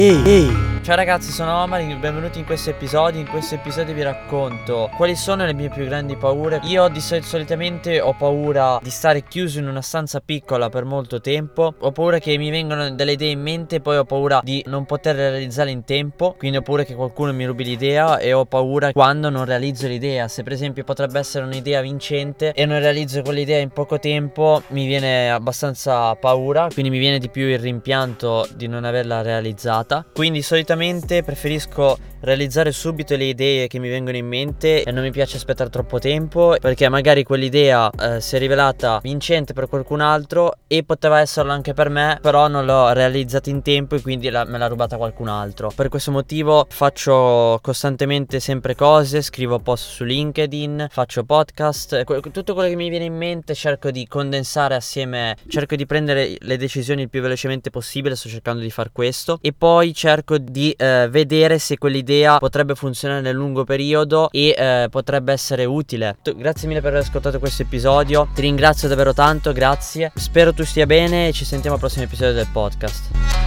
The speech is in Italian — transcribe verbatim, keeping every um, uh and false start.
Ehi, ehi. Ciao ragazzi, sono Omar, benvenuti in questo episodio. In questo episodio vi racconto quali sono le mie più grandi paure. Io di sol- solitamente ho paura di stare chiuso in una stanza piccola per molto tempo. Ho paura che mi vengano delle idee in mente, poi ho paura di non poter realizzare in tempo. Quindi ho paura che qualcuno mi rubi l'idea e ho paura quando non realizzo l'idea. Se per esempio potrebbe essere un'idea vincente e non realizzo quell'idea in poco tempo, mi viene abbastanza paura, quindi mi viene di più il rimpianto di non averla realizzata. Quindi solitamente preferisco realizzare subito le idee che mi vengono in mente e non mi piace aspettare troppo tempo, perché magari quell'idea eh, si è rivelata vincente per qualcun altro e poteva esserlo anche per me, però non l'ho realizzata in tempo e quindi la, me l'ha rubata qualcun altro. Per questo motivo faccio costantemente sempre cose, scrivo post su LinkedIn, faccio podcast, tutto quello che mi viene in mente cerco di condensare assieme, cerco di prendere le decisioni il più velocemente possibile, sto cercando di far questo e poi cerco di eh, vedere se quell'idea potrebbe funzionare nel lungo periodo e eh, potrebbe essere utile. Grazie mille per aver ascoltato questo episodio, ti ringrazio davvero tanto, grazie, spero tu stia bene e ci sentiamo al prossimo episodio del podcast.